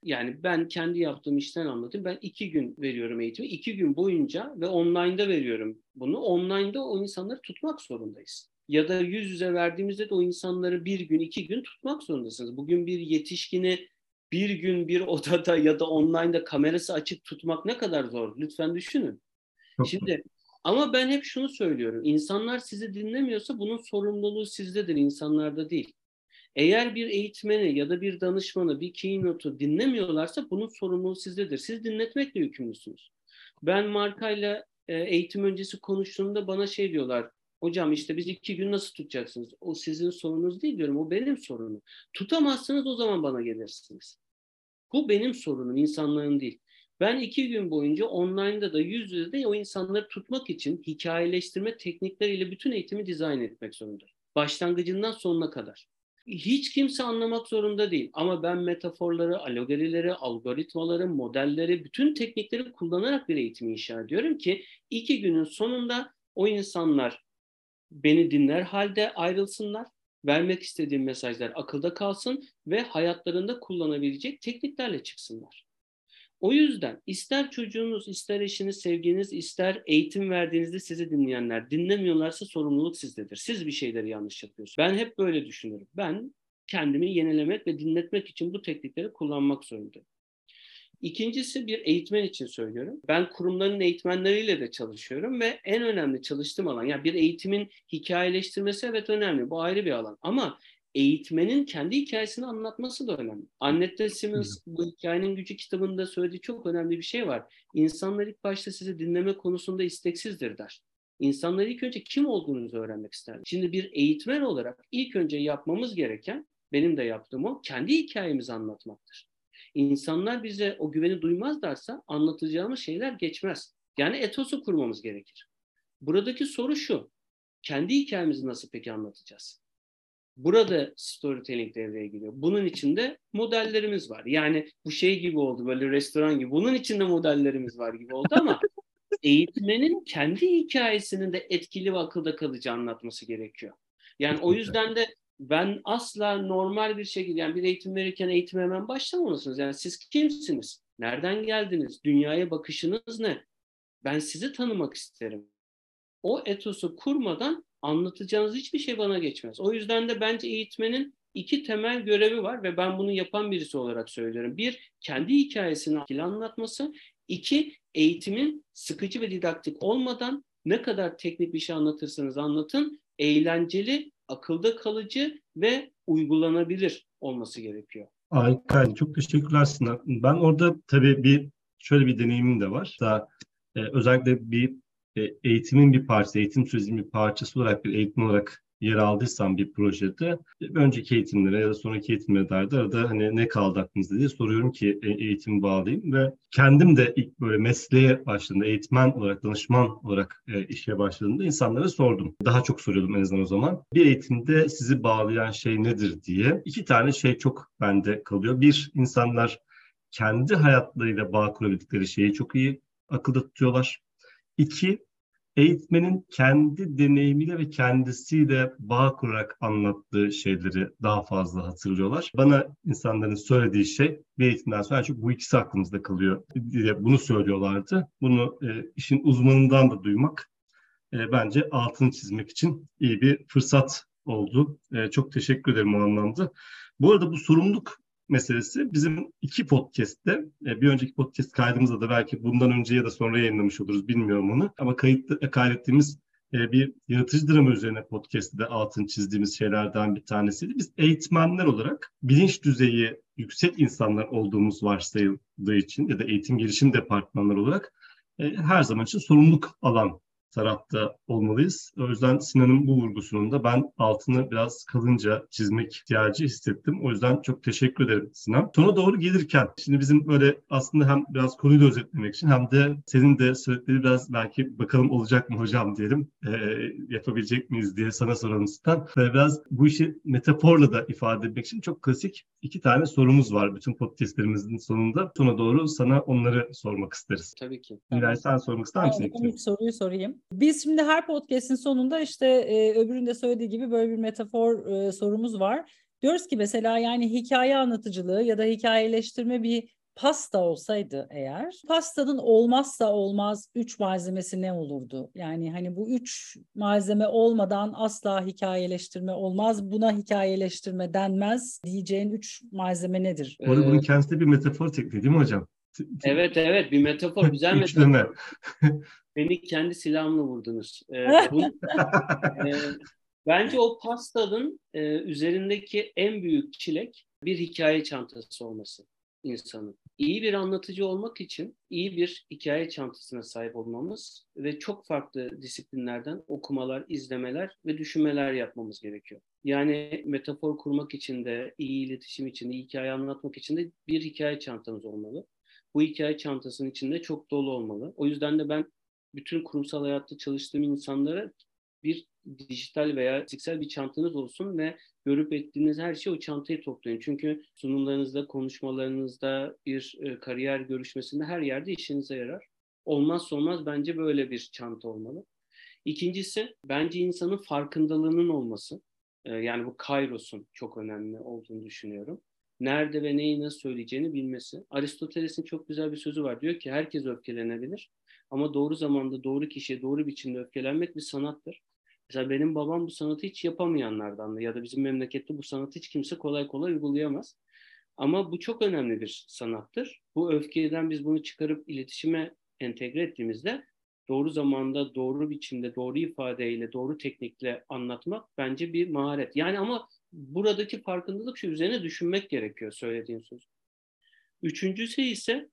Yani ben kendi yaptığım işten anlatayım. Ben 2 gün veriyorum eğitimi. 2 gün boyunca ve online'da veriyorum bunu. Online'da o insanları tutmak zorundayız. Ya da yüz yüze verdiğimizde de o insanları 1 gün, 2 gün tutmak zorundasınız. Bugün bir yetişkini 1 gün bir odada ya da online'da kamerası açık tutmak ne kadar zor? Lütfen düşünün. Çok Şimdi ama ben hep şunu söylüyorum. İnsanlar sizi dinlemiyorsa bunun sorumluluğu sizdedir, insanlarda değil. Eğer bir eğitmeni ya da bir danışmanı, bir keynote'u dinlemiyorlarsa bunun sorumluluğu sizdedir. Siz dinletmekle yükümlüsünüz. Ben markayla eğitim öncesi konuştuğumda bana şey diyorlar. Hocam işte biz 2 gün nasıl tutacaksınız? O sizin sorunuz değil diyorum. O benim sorunum. Tutamazsanız o zaman bana gelirsiniz. Bu benim sorunum, insanların değil. Ben 2 gün boyunca online'da da yüz yüze de o insanları tutmak için hikayeleştirme teknikleriyle bütün eğitimi dizayn etmek zorundayım. Başlangıcından sonuna kadar. Hiç kimse anlamak zorunda değil. Ama ben metaforları, alegorileri, algoritmaları, modelleri, bütün teknikleri kullanarak bir eğitimi inşa ediyorum ki 2 günün sonunda o insanlar beni dinler halde ayrılsınlar. Vermek istediğim mesajlar akılda kalsın ve hayatlarında kullanabilecek tekniklerle çıksınlar. O yüzden ister çocuğunuz, ister eşiniz, sevginiz, ister eğitim verdiğinizde sizi dinleyenler dinlemiyorlarsa sorumluluk sizdedir. Siz bir şeyleri yanlış yapıyorsunuz. Ben hep böyle düşünüyorum. Ben kendimi yenilemek ve dinletmek için bu teknikleri kullanmak zorundayım. İkincisi bir eğitmen için söylüyorum. Ben kurumların eğitmenleriyle de çalışıyorum ve en önemli çalıştığım alan, yani bir eğitimin hikayeleştirmesi evet önemli. Bu ayrı bir alan ama eğitmenin kendi hikayesini anlatması da önemli. Annette Simmons bu Hikayenin Gücü kitabında söylediği çok önemli bir şey var. İnsanlar ilk başta sizi dinleme konusunda isteksizdir der. İnsanlar ilk önce kim olduğunuzu öğrenmek ister. Şimdi bir eğitmen olarak ilk önce yapmamız gereken, benim de yaptığım o, kendi hikayemizi anlatmaktır. İnsanlar bize o güveni duymazlarsa anlatacağımız şeyler geçmez. Yani etosu kurmamız gerekir. Buradaki soru şu: kendi hikayemizi nasıl peki anlatacağız? Burada storytelling devreye giriyor. Bunun içinde modellerimiz var. Yani bu şey gibi oldu, böyle restoran gibi. Bunun içinde modellerimiz var gibi oldu ama eğitmenin kendi hikayesinin de etkili ve akılda kalıcı anlatması gerekiyor. Yani o yüzden de ben asla normal bir şekilde, yani bir eğitim verirken eğitime hemen başlamamalısınız. Yani siz kimsiniz? Nereden geldiniz? Dünyaya bakışınız ne? Ben sizi tanımak isterim. O etosu kurmadan anlatacağınız hiçbir şey bana geçmez. O yüzden de bence eğitmenin 2 temel görevi var ve ben bunu yapan birisi olarak söylüyorum. 1, kendi hikayesini akıllı anlatması. 2, eğitimin sıkıcı ve didaktik olmadan ne kadar teknik bir şey anlatırsanız anlatın, eğlenceli, akılda kalıcı ve uygulanabilir olması gerekiyor. harika. Çok teşekkürler Sinan. Ben orada tabii şöyle bir deneyimim de var. Daha, özellikle bir eğitimin bir parçası, eğitim sürecinin bir parçası olarak bir eğitim olarak yer aldıysam bir projede önceki eğitimlere ya da sonraki eğitimlere dair de arada hani ne kaldı aklınızda diye soruyorum ki eğitimi bağlayayım ve kendim de ilk böyle mesleğe başladığımda, eğitmen olarak, danışman olarak işe başladığımda insanlara sordum. Daha çok soruyordum en azından o zaman. Bir eğitimde sizi bağlayan şey nedir diye. 2 tane şey çok bende kalıyor. Bir, insanlar kendi hayatlarıyla bağ kurabildikleri şeyi çok iyi akılda tutuyorlar. 2, eğitmenin kendi deneyimiyle ve kendisiyle bağ kurarak anlattığı şeyleri daha fazla hatırlıyorlar. Bana insanların söylediği şey bir eğitimden sonra çok bu ikisi aklımızda kalıyor diye bunu söylüyorlardı. Bunu işin uzmanından da duymak bence altını çizmek için iyi bir fırsat oldu. Çok teşekkür ederim o anlamda. Bu arada bu sorumluluk meselesi bizim 2 podcast'te, bir önceki podcast kaydımızda da belki bundan önce ya da sonra yayınlamış oluruz, bilmiyorum onu. Ama kaydettiğimiz bir yaratıcı drama üzerine podcast'te de altını çizdiğimiz şeylerden bir tanesiydi. Biz eğitmenler olarak bilinç düzeyi yüksek insanlar olduğumuz varsayıldığı için ya da eğitim gelişim departmanları olarak her zaman için sorumluluk alan tarafta olmalıyız. O yüzden Sinan'ın bu vurgusunun da ben altını biraz kalınca çizmek ihtiyacı hissettim. O yüzden çok teşekkür ederim Sinan. Sona doğru gelirken, şimdi bizim böyle aslında hem biraz konuyu da özetlemek için hem de senin de söyledikleri biraz belki bakalım olacak mı hocam diyelim, yapabilecek miyiz diye sana soralım Sinan. Ve biraz bu işi metaforla da ifade etmek için çok klasik 2 tane sorumuz var bütün podcastlerimizin sonunda. Sona doğru sana onları sormak isteriz. Tabii ki. Nilay, sen sormak ister misin? Ben ilk soruyu sorayım. Biz şimdi her podcast'in sonunda işte öbüründe söylediği gibi böyle bir metafor sorumuz var. Diyoruz ki mesela yani hikaye anlatıcılığı ya da hikayeleştirme bir pasta olsaydı eğer, pastanın olmazsa olmaz 3 malzemesi ne olurdu? Yani hani bu 3 malzeme olmadan asla hikayeleştirme olmaz, buna hikayeleştirme denmez diyeceğin 3 malzeme nedir? Bu arada bunun kendisi de bir metafor tekniği değil mi hocam? Evet, evet, bir metafor, güzel Üçleme. metafor. Beni kendi silahımla vurdunuz. Bence o pastanın üzerindeki en büyük çilek bir hikaye çantası olması insanın. İyi bir anlatıcı olmak için iyi bir hikaye çantasına sahip olmamız ve çok farklı disiplinlerden okumalar, izlemeler ve düşünmeler yapmamız gerekiyor. Yani metafor kurmak için de, iyi iletişim için de, iyi hikaye anlatmak için de bir hikaye çantamız olmalı. Bu hikaye çantasının içinde çok dolu olmalı. O yüzden de ben bütün kurumsal hayatta çalıştığım insanlara bir dijital veya fiziksel bir çantanız olsun ve görüp ettiğiniz her şeyi o çantayı toplayın. Çünkü sunumlarınızda, konuşmalarınızda, bir kariyer görüşmesinde her yerde işinize yarar. Olmazsa olmaz bence böyle bir çanta olmalı. İkincisi bence insanın farkındalığının olması. Yani bu kairos'un çok önemli olduğunu düşünüyorum. Nerede ve neyi nasıl söyleyeceğini bilmesi. Aristoteles'in çok güzel bir sözü var. Diyor ki herkes öfkelenebilir. Ama doğru zamanda, doğru kişiye, doğru biçimde öfkelenmek bir sanattır. Mesela benim babam bu sanatı hiç yapamayanlardan ya da bizim memlekette bu sanatı hiç kimse kolay kolay uygulayamaz. Ama bu çok önemli bir sanattır. Bu öfkeden biz bunu çıkarıp iletişime entegre ettiğimizde doğru zamanda, doğru biçimde, doğru ifadeyle, doğru teknikle anlatmak bence bir maharet. Yani ama buradaki farkındalık şu, üzerine düşünmek gerekiyor söylediğin söz. Üçüncüsü ise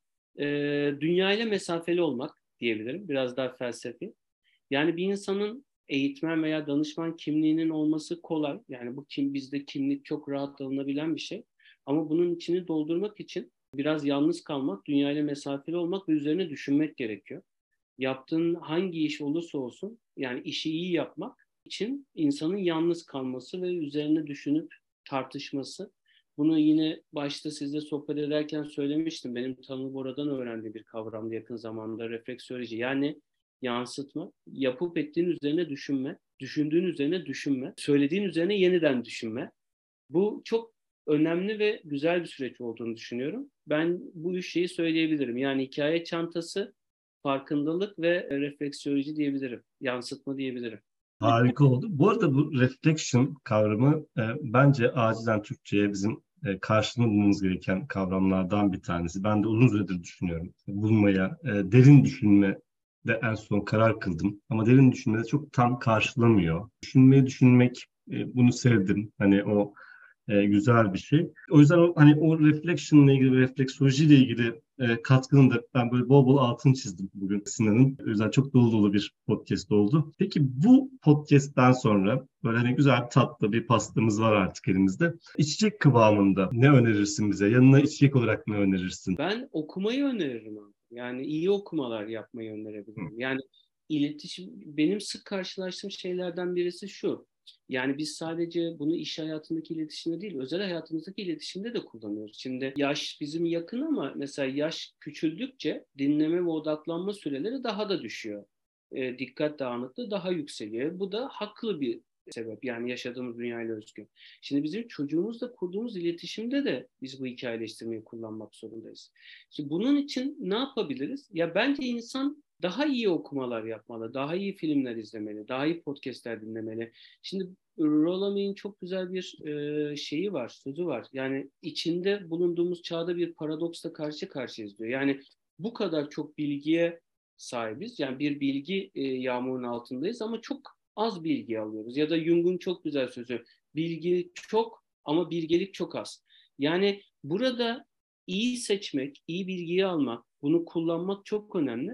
dünyayla mesafeli olmak diyebilirim. Biraz daha felsefi. Yani bir insanın eğitmen veya danışman kimliğinin olması kolay. Yani bu bizde kimlik çok rahat alınabilen bir şey. Ama bunun içini doldurmak için biraz yalnız kalmak, dünyayla mesafeli olmak ve üzerine düşünmek gerekiyor. Yaptığın hangi iş olursa olsun, yani işi iyi yapmak için insanın yalnız kalması ve üzerine düşünüp tartışması. Bunu yine başta sizle sohbet ederken söylemiştim. Benim Tanrı Bora'dan öğrendiğim bir kavramdı yakın zamanda, refleksoloji. Yani yansıtma, yapıp ettiğin üzerine düşünme, düşündüğün üzerine düşünme, söylediğin üzerine yeniden düşünme. Bu çok önemli ve güzel bir süreç olduğunu düşünüyorum. Ben bu üç şeyi söyleyebilirim. Yani hikaye çantası, farkındalık ve refleksiyoloji diyebilirim. Yansıtma diyebilirim. Harika oldu. Bu arada bu reflection kavramı bence acilen Türkçe'ye bizim karşılığını bulmamız gereken kavramlardan bir tanesi. Ben de uzun süredir düşünüyorum. Bulmaya, derin düşünme de en son karar kıldım. Ama derin düşünme de çok tam karşılamıyor. Düşünmek, bunu sevdim. Hani o güzel bir şey. O yüzden o reflection ile ilgili, refleksoloji ile ilgili katkının da ben böyle bol bol altını çizdim bugün Sinan'ın. O yüzden çok dolu dolu bir podcast oldu. Peki bu podcast'ten sonra böyle hani güzel tatlı bir pastamız var artık elimizde. İçecek kıvamında ne önerirsin bize? Yanına içecek olarak ne önerirsin? Ben okumayı öneririm abi. Yani iyi okumalar yapmayı önerebilirim. Yani iletişim, benim sık karşılaştığım şeylerden birisi şu. Yani biz sadece bunu iş hayatındaki iletişimde değil, özel hayatımızdaki iletişimde de kullanıyoruz. Şimdi yaş bizim yakın ama mesela yaş küçüldükçe dinleme ve odaklanma süreleri daha da düşüyor. Dikkat dağınıklığı daha yükseliyor. Bu da haklı bir sebep. Yani yaşadığımız dünyayla özgü. Şimdi bizim çocuğumuzla kurduğumuz iletişimde de biz bu hikayeleştirmeyi kullanmak zorundayız. Şimdi bunun için ne yapabiliriz? Ya bence insan daha iyi okumalar yapmalı, daha iyi filmler izlemeli, daha iyi podcastler dinlemeli. Şimdi Rollo May'in çok güzel bir şeyi var, sözü var. Yani içinde bulunduğumuz çağda bir paradoksla karşı karşıyayız diyor. Yani bu kadar çok bilgiye sahibiz. Yani bir bilgi yağmurun altındayız ama çok az bilgi alıyoruz. Ya da Jung'un çok güzel sözü, bilgi çok ama bilgelik çok az. Yani burada iyi seçmek, iyi bilgiyi almak, bunu kullanmak çok önemli.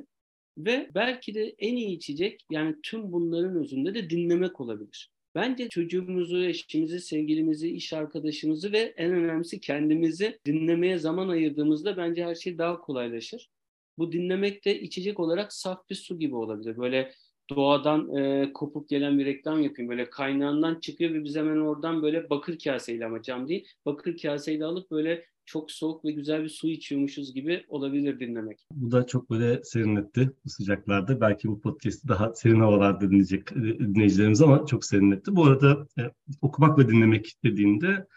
Ve belki de en iyi içecek, yani tüm bunların özünde de dinlemek olabilir. Bence çocuğumuzu, eşimizi, sevgilimizi, iş arkadaşımızı ve en önemlisi kendimizi dinlemeye zaman ayırdığımızda bence her şey daha kolaylaşır. Bu dinlemek de içecek olarak saf bir su gibi olabilir. Böyle doğadan kopup gelen bir reklam yapayım. Böyle kaynağından çıkıyor ve biz hemen oradan böyle bakır kaseyle, ama cam değil, bakır kaseyle alıp böyle çok soğuk ve güzel bir su içiyormuşuz gibi olabilir dinlemek. Bu da çok böyle serinletti bu sıcaklarda. Belki bu podcast'i daha serin havalarda dinleyecek dinleyicilerimiz ama çok serinletti. Bu arada okumak ve dinlemek dediğimde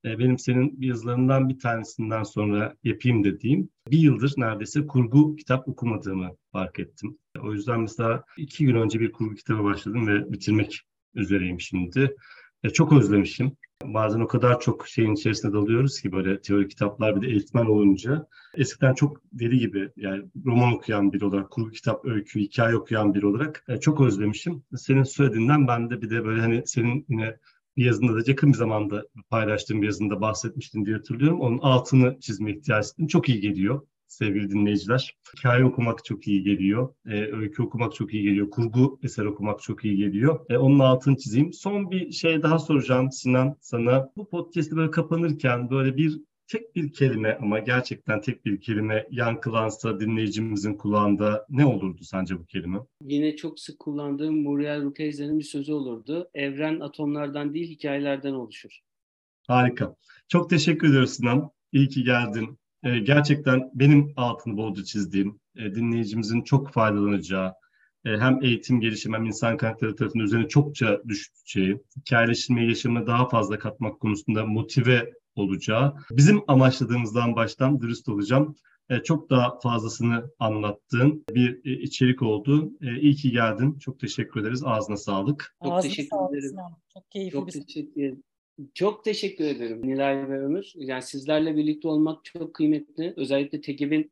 benim senin yazılarından bir tanesinden sonra yapayım dediğim, bir yıldır neredeyse kurgu kitap okumadığımı fark ettim. O yüzden mesela 2 gün önce bir kurgu kitabı başladım ve bitirmek üzereyim şimdi. Çok özlemişim. Bazen o kadar çok şeyin içerisine dalıyoruz ki böyle teorik kitaplar, bir de eğitmen olunca. Eskiden çok deli gibi, yani roman okuyan biri olarak, kurgu kitap, öykü, hikaye okuyan biri olarak çok özlemişim. Senin söylediğinden ben de bir de böyle hani senin yine bir yazında da yakın bir zamanda paylaştığım bir yazında bahsetmiştin diye hatırlıyorum. Onun altını çizme ihtiyacı hissettim. Çok iyi geliyor sevgili dinleyiciler. Hikaye okumak çok iyi geliyor. Öykü okumak çok iyi geliyor. Kurgu eser okumak çok iyi geliyor. Onun altını çizeyim. Son bir şey daha soracağım Sinan sana. Bu podcast'i böyle kapanırken böyle tek bir kelime, ama gerçekten tek bir kelime yankılansa dinleyicimizin kulağında ne olurdu sence bu kelime? Yine çok sık kullandığım Muriel Rukeyse'nin bir sözü olurdu. Evren atomlardan değil, hikayelerden oluşur. Harika. Çok teşekkür ediyoruz Sinan. İyi ki geldin. Gerçekten benim altını bolca çizdiğim, dinleyicimizin çok faydalanacağı, hem eğitim, gelişim hem insan kaynakları tarafından üzerine çokça düşeceği, hikayeleştirmeyi yaşamına daha fazla katmak konusunda motive olacağı, bizim amaçladığımızdan baştan dürüst olacağım, çok daha fazlasını anlattığın bir içerik oldu. İyi ki geldin. Çok teşekkür ederiz. Ağzına sağlık. Çok teşekkür ederim. Çok keyifli çok teşekkür ederim. Çok teşekkür ederim Nilay ve Ömür. Yani sizlerle birlikte olmak çok kıymetli. Özellikle TEGEB'in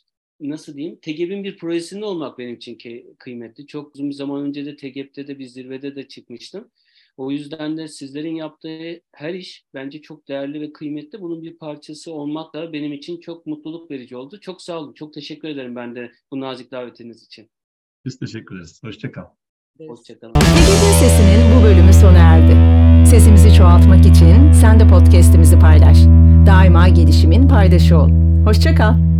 TEGEB'in bir projesinde olmak benim için kıymetli. Çok uzun bir zaman önce de TEGEB'de de bir zirvede de çıkmıştım. O yüzden de sizlerin yaptığı her iş bence çok değerli ve kıymetli. Bunun bir parçası olmak da benim için çok mutluluk verici oldu. Çok sağ olun. Çok teşekkür ederim ben de bu nazik davetiniz için. Biz teşekkür ederiz. Hoşça kal. Hoşçakalın. TEGEB'in Sesi'nin bu bölümü sona erdi. Sesimizi çoğaltmak için sen de podcast'imizi paylaş. Daima gelişimin paydaşı ol. Hoşça kal.